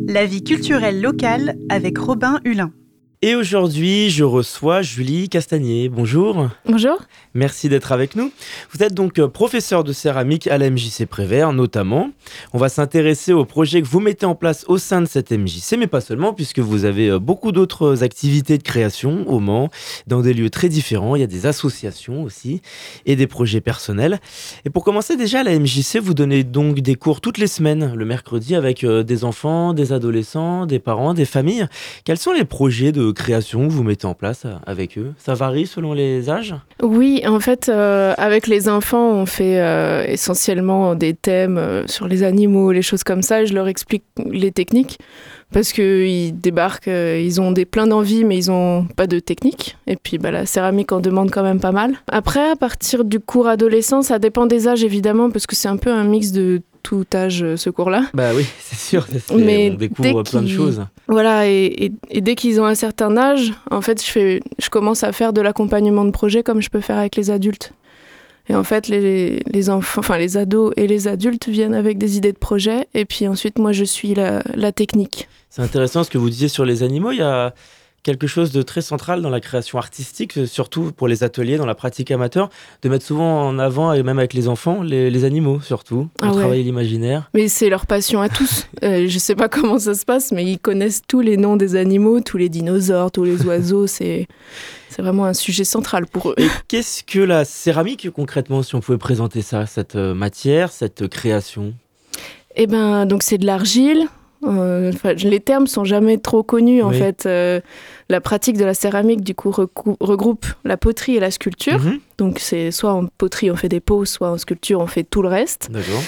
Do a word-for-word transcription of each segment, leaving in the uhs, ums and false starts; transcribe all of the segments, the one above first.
La vie culturelle locale avec Robin Hulin. Et aujourd'hui, je reçois Julie Castagnier. Bonjour. Bonjour. Merci d'être avec nous. Vous êtes donc professeur de céramique à la M J C Prévert, notamment. On va s'intéresser aux projets que vous mettez en place au sein de cette M J C, mais pas seulement, puisque vous avez beaucoup d'autres activités de création au Mans, dans des lieux très différents. Il y a des associations aussi, et des projets personnels. Et pour commencer, déjà, à la M J C, vous donnez donc des cours toutes les semaines, le mercredi, avec des enfants, des adolescents, des parents, des familles. Quels sont les projets de création que vous mettez en place avec eux? Ça varie selon les âges? Oui, en fait, euh, avec les enfants, on fait euh, essentiellement des thèmes euh, sur les animaux, les choses comme ça. Et je leur explique les techniques parce qu'ils débarquent, euh, ils ont des, plein d'envie, mais ils n'ont pas de technique. Et puis bah, la céramique en demande quand même pas mal. Après, à partir du cours adolescent, ça dépend des âges évidemment, parce que c'est un peu un mix de tout âge, ce cours-là. Bah oui, c'est sûr, c'est, mais on découvre plein de choses. Voilà, et, et, et dès qu'ils ont un certain âge, en fait, je, fais, je commence à faire de l'accompagnement de projet comme je peux faire avec les adultes. Et en fait, les, les enfants, enfin les ados et les adultes viennent avec des idées de projet, et puis ensuite, moi, je suis la, la technique. C'est intéressant ce que vous disiez sur les animaux. Il y a quelque chose de très central dans la création artistique, surtout pour les ateliers, dans la pratique amateur, de mettre souvent en avant, et même avec les enfants, les, les animaux surtout, pour ah ouais. travailler l'imaginaire. Mais c'est leur passion à tous. euh, je sais pas comment ça se passe, mais ils connaissent tous les noms des animaux, tous les dinosaures, tous les oiseaux, c'est... C'est vraiment un sujet central pour eux. Et qu'est-ce que la céramique concrètement, si on pouvait présenter ça, cette matière, cette création? Eh ben, donc c'est de l'argile. Euh, les termes sont jamais trop connus en oui. fait. Euh, la pratique de la céramique du coup recou- regroupe la poterie et la sculpture. Mm-hmm. Donc c'est soit en poterie on fait des pots, soit en sculpture on fait tout le reste. D'accord.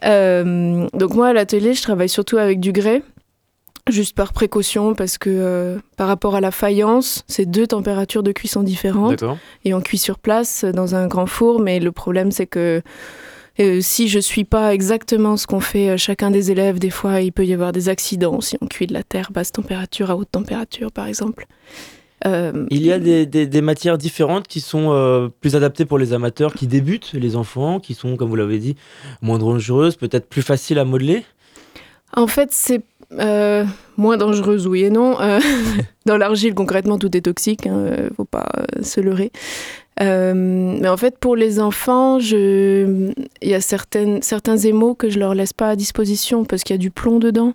Euh, donc moi à l'atelier je travaille surtout avec du grès. Juste par précaution, parce que euh, par rapport à la faïence, c'est deux températures de cuisson différentes. D'accord. Et on cuit sur place dans un grand four, mais le problème c'est que euh, si je suis pas exactement ce qu'on fait euh, chacun des élèves, des fois il peut y avoir des accidents si on cuit de la terre basse température à haute température par exemple. Euh, il y a des, des, des matières différentes qui sont euh, plus adaptées pour les amateurs qui débutent, les enfants, qui sont, comme vous l'avez dit, moins dangereuses, peut-être plus faciles à modeler. En fait, c'est Euh, moins dangereuse, oui et non. Euh, dans l'argile, concrètement, tout est toxique, hein, euh, faut pas euh, se leurrer. Euh, mais en fait, pour les enfants, je... il y a certaines, certains émaux que je leur laisse pas à disposition parce qu'il y a du plomb dedans.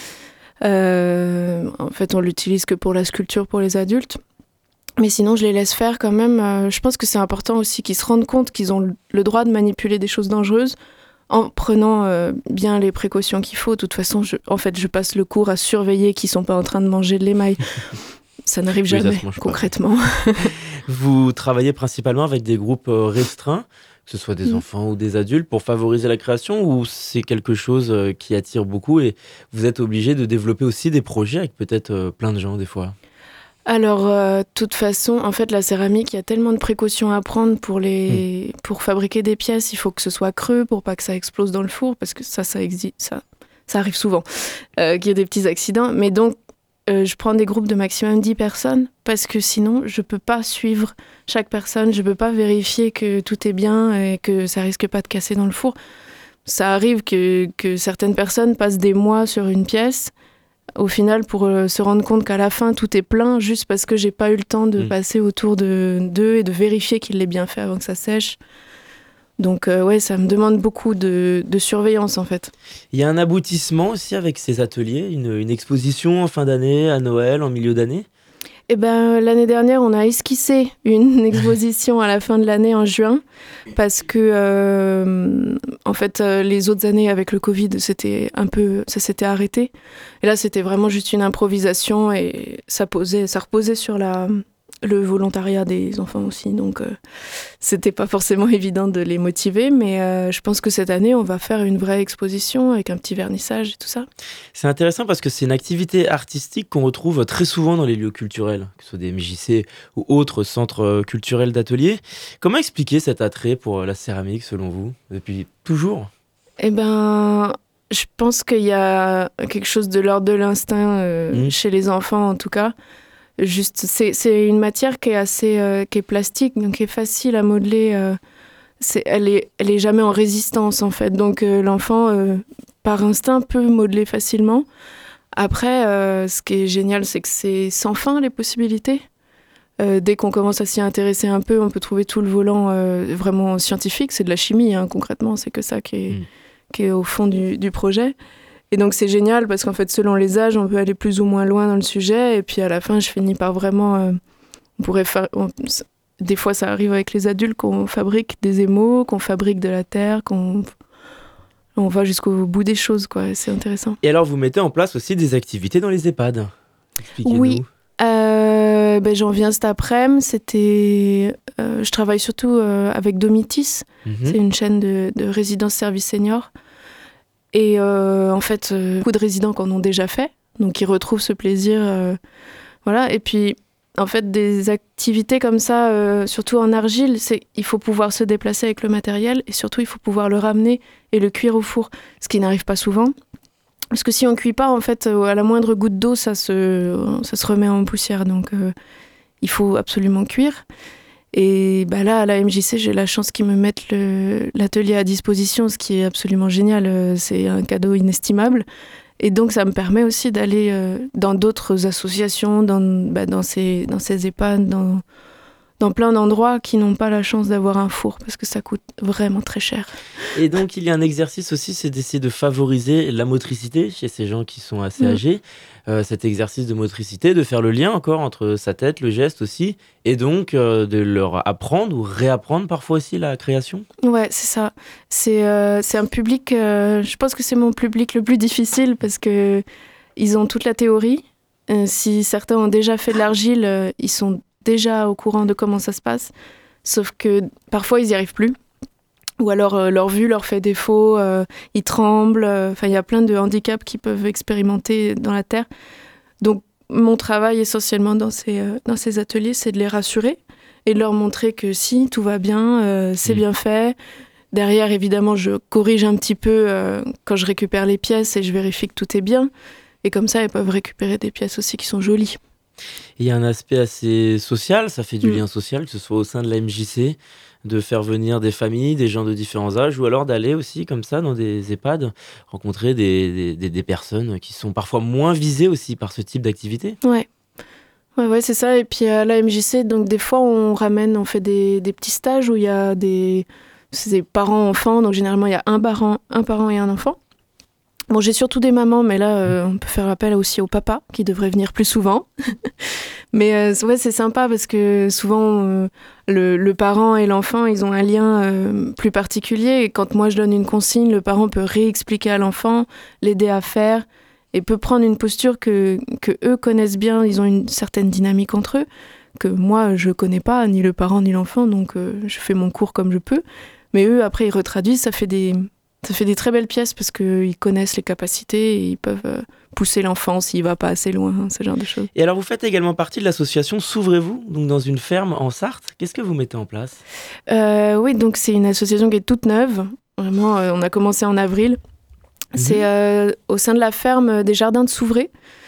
Euh, en fait, on l'utilise que pour la sculpture pour les adultes. Mais sinon, je les laisse faire quand même. Euh, je pense que c'est important aussi qu'ils se rendent compte qu'ils ont le droit de manipuler des choses dangereuses, en prenant euh, bien les précautions qu'il faut. De toute façon, je, en fait, je passe le cours à surveiller qu'ils ne sont pas en train de manger de l'émail. Ça n'arrive jamais, oui, ça concrètement. Vous travaillez principalement avec des groupes restreints, que ce soit des mmh. enfants ou des adultes, pour favoriser la création, ou c'est quelque chose qui attire beaucoup et vous êtes obligé de développer aussi des projets avec peut-être plein de gens des fois? Alors, de euh, toute façon, en fait, la céramique, il y a tellement de précautions à prendre pour, les... mmh. pour fabriquer des pièces. Il faut que ce soit creux pour pas que ça explose dans le four, parce que ça, ça, exi... ça... ça arrive souvent, euh, qu'il y ait des petits accidents. Mais donc, euh, je prends des groupes de maximum dix personnes, parce que sinon, je peux pas suivre chaque personne. Je peux pas vérifier que tout est bien et que ça risque pas de casser dans le four. Ça arrive que, que certaines personnes passent des mois sur une pièce, au final, pour euh, se rendre compte qu'à la fin, tout est plein, juste parce que j'ai pas eu le temps de mmh. passer autour de, d'eux et de vérifier qu'il l'ait bien fait avant que ça sèche. Donc, euh, ouais, ça me demande beaucoup de, de surveillance, en fait. Il y a un aboutissement aussi avec ces ateliers, une, une exposition en fin d'année, à Noël, en milieu d'année? Eh ben, l'année dernière, on a esquissé une exposition à la fin de l'année, en juin, parce que, euh, en fait, euh, les autres années, avec le Covid, c'était un peu, ça s'était arrêté. Et là, c'était vraiment juste une improvisation et ça, posait, ça reposait sur la, le volontariat des enfants aussi. Donc, euh, c'était pas forcément évident de les motiver, mais euh, je pense que cette année, on va faire une vraie exposition avec un petit vernissage et tout ça. C'est intéressant parce que c'est une activité artistique qu'on retrouve très souvent dans les lieux culturels, que ce soit des M J C ou autres centres culturels d'ateliers. Comment expliquer cet attrait pour la céramique, selon vous, depuis toujours? Eh ben, je pense qu'il y a quelque chose de l'ordre de l'instinct euh, mmh. chez les enfants, en tout cas. Juste, c'est, c'est une matière qui est assez euh, qui est plastique, donc qui est facile à modeler. Euh, c'est, elle est elle est jamais en résistance en fait. Donc euh, l'enfant, euh, par instinct, peut modeler facilement. Après, euh, ce qui est génial, c'est que c'est sans fin les possibilités. Euh, dès qu'on commence à s'y intéresser un peu, on peut trouver tout le volant euh, vraiment scientifique. C'est de la chimie, hein, concrètement, c'est que ça qui est, mmh. qui est au fond du, du projet. Et donc c'est génial parce qu'en fait, selon les âges, on peut aller plus ou moins loin dans le sujet. Et puis à la fin, je finis par vraiment... Euh, on pourrait faire... On, des fois, ça arrive avec les adultes qu'on fabrique des émaux, qu'on fabrique de la terre, qu'on... On va jusqu'au bout des choses, quoi. C'est intéressant. Et alors, vous mettez en place aussi des activités dans les EHPAD. Expliquez-nous. Oui. Euh, ben, j'en viens cet après-midi. C'était, euh, je travaille surtout euh, avec Domitis. Mm-hmm. C'est une chaîne de, de résidence service senior. Et euh, en fait, euh, beaucoup de résidents qui en ont déjà fait. Donc, ils retrouvent ce plaisir. Euh, voilà. Et puis, en fait, des activités comme ça, euh, surtout en argile, c'est, il faut pouvoir se déplacer avec le matériel et surtout, il faut pouvoir le ramener et le cuire au four, ce qui n'arrive pas souvent. Parce que si on ne cuit pas, en fait, à la moindre goutte d'eau, ça se, ça se remet en poussière. Donc, euh, il faut absolument cuire. Et bah là, à la M J C, j'ai la chance qu'ils me mettent le, l'atelier à disposition, ce qui est absolument génial. C'est un cadeau inestimable. Et donc, ça me permet aussi d'aller euh, dans d'autres associations, dans, bah, dans, ces, dans ces EHPAD, dans, dans plein d'endroits qui n'ont pas la chance d'avoir un four, parce que ça coûte vraiment très cher. Et donc, il y a un exercice aussi, c'est d'essayer de favoriser la motricité chez ces gens qui sont assez mmh. âgés. Euh, cet exercice de motricité, de faire le lien encore entre sa tête, le geste aussi, et donc euh, de leur apprendre ou réapprendre parfois aussi la création. Ouais, c'est ça. C'est, euh, c'est un public, euh, je pense que c'est mon public le plus difficile parce qu'ils ont toute la théorie. Euh, si certains ont déjà fait de l'argile, euh, ils sont déjà au courant de comment ça se passe, sauf que parfois ils n'y arrivent plus. Ou alors euh, leur vue leur fait défaut, euh, ils tremblent, enfin euh, il y a plein de handicaps qu'ils peuvent expérimenter dans la terre. Donc mon travail essentiellement dans ces, euh, dans ces ateliers, c'est de les rassurer et de leur montrer que si, tout va bien, euh, c'est mmh. bien fait. Derrière, évidemment, je corrige un petit peu euh, quand je récupère les pièces et je vérifie que tout est bien. Et comme ça, ils peuvent récupérer des pièces aussi qui sont jolies. Il y a un aspect assez social, ça fait du mmh. lien social, que ce soit au sein de la M J C, de faire venir des familles, des gens de différents âges, ou alors d'aller aussi comme ça dans des EHPAD, rencontrer des, des, des personnes qui sont parfois moins visées aussi par ce type d'activité. Ouais. Ouais, ouais, c'est ça. Et puis à la M J C, donc des fois on ramène, on fait des, des petits stages où il y a des, c'est des parents-enfants, donc généralement il y a un parent, un parent et un enfant. Bon, j'ai surtout des mamans, mais là, euh, on peut faire appel aussi aux papas, qui devraient venir plus souvent. mais euh, ouais, c'est sympa parce que souvent, euh, le, le parent et l'enfant, ils ont un lien euh, plus particulier. Et quand moi, je donne une consigne, le parent peut réexpliquer à l'enfant, l'aider à faire, et peut prendre une posture que, que eux connaissent bien. Ils ont une certaine dynamique entre eux, que moi, je connais pas, ni le parent, ni l'enfant, donc euh, je fais mon cours comme je peux. Mais eux, après, ils retraduisent, ça fait des... Ça fait des très belles pièces parce qu'ils connaissent les capacités et ils peuvent euh, pousser l'enfant s'il ne va pas assez loin, hein, ce genre de choses. Et alors, vous faites également partie de l'association S'ouvrez-vous, donc dans une ferme en Sarthe. Qu'est-ce que vous mettez en place ? euh, Oui, donc c'est une association qui est toute neuve. Vraiment, euh, on a commencé en avril. Mmh. C'est euh, au sein de la ferme des Jardins de Souvray.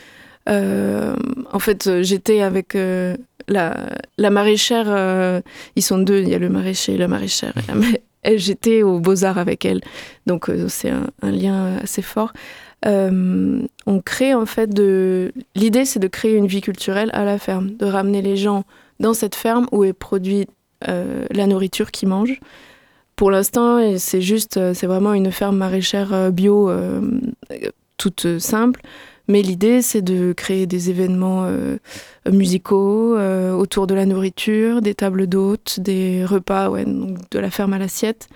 Euh, en fait, j'étais avec euh, la, la maraîchère. Euh, ils sont deux, il y a le maraîcher et la maraîchère. Mmh. La ma- J'étais aux Beaux-Arts avec elle, donc euh, c'est un, un lien assez fort. Euh, on crée en fait de... L'idée, c'est de créer une vie culturelle à la ferme, de ramener les gens dans cette ferme où est produite euh, la nourriture qu'ils mangent. Pour l'instant, c'est juste, c'est vraiment une ferme maraîchère bio, euh, toute simple. Mais l'idée, c'est de créer des événements euh, musicaux euh, autour de la nourriture, des tables d'hôtes, des repas, ouais, donc de la ferme à l'assiette,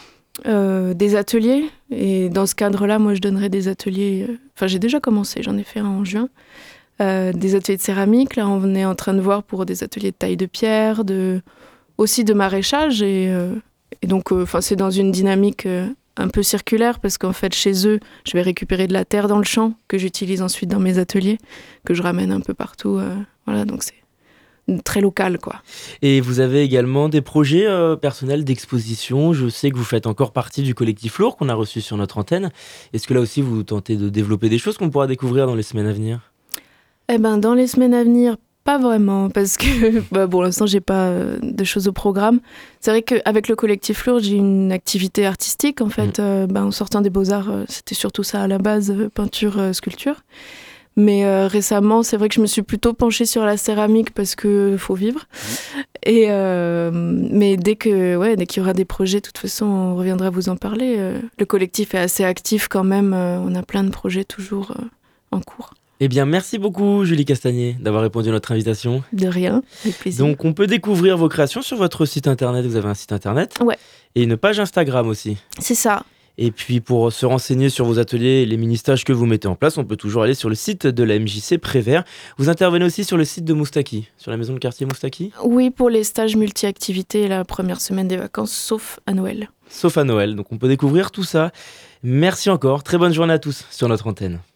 euh, des ateliers. Et dans ce cadre-là, moi, je donnerais des ateliers... Enfin, euh, j'ai déjà commencé, j'en ai fait un en juin. Euh, des ateliers de céramique. Là, on est en train de voir pour des ateliers de taille de pierre, de, aussi de maraîchage. Et, euh, et donc, euh, c'est dans une dynamique... Euh, un peu circulaire parce qu'en fait chez eux je vais récupérer de la terre dans le champ que j'utilise ensuite dans mes ateliers, que je ramène un peu partout, euh, voilà, donc c'est très local, quoi. Et vous avez également des projets euh, personnels d'exposition. Je sais que vous faites encore partie du collectif Lourd qu'on a reçu sur notre antenne. Est-ce que là aussi vous tentez de développer des choses qu'on pourra découvrir dans les semaines à venir ? Eh ben dans les semaines à venir, pas vraiment, parce que bah, pour l'instant, j'ai pas euh, de choses au programme. C'est vrai qu'avec le collectif Lourd, j'ai une activité artistique. En fait, mmh. euh, bah, en sortant des Beaux-Arts, euh, c'était surtout ça à la base, euh, peinture, euh, sculpture. Mais euh, récemment, c'est vrai que je me suis plutôt penchée sur la céramique parce qu'il faut vivre. Et, euh, mais dès, que, ouais, dès qu'il y aura des projets, de toute façon, on reviendra vous en parler. Euh, le collectif est assez actif quand même. Euh, on a plein de projets toujours euh, en cours. Eh bien, merci beaucoup, Julie Castagnet, d'avoir répondu à notre invitation. De rien, avec plaisir. Donc, on peut découvrir vos créations sur votre site internet. Vous avez un site internet ? Ouais. Et une page Instagram aussi. C'est ça. Et puis, pour se renseigner sur vos ateliers et les mini-stages que vous mettez en place, on peut toujours aller sur le site de la M J C Prévert. Vous intervenez aussi sur le site de Moustaki, sur la maison de quartier Moustaki ? Oui, pour les stages multi-activités la première semaine des vacances, sauf à Noël. Sauf à Noël. Donc, on peut découvrir tout ça. Merci encore. Très bonne journée à tous sur notre antenne.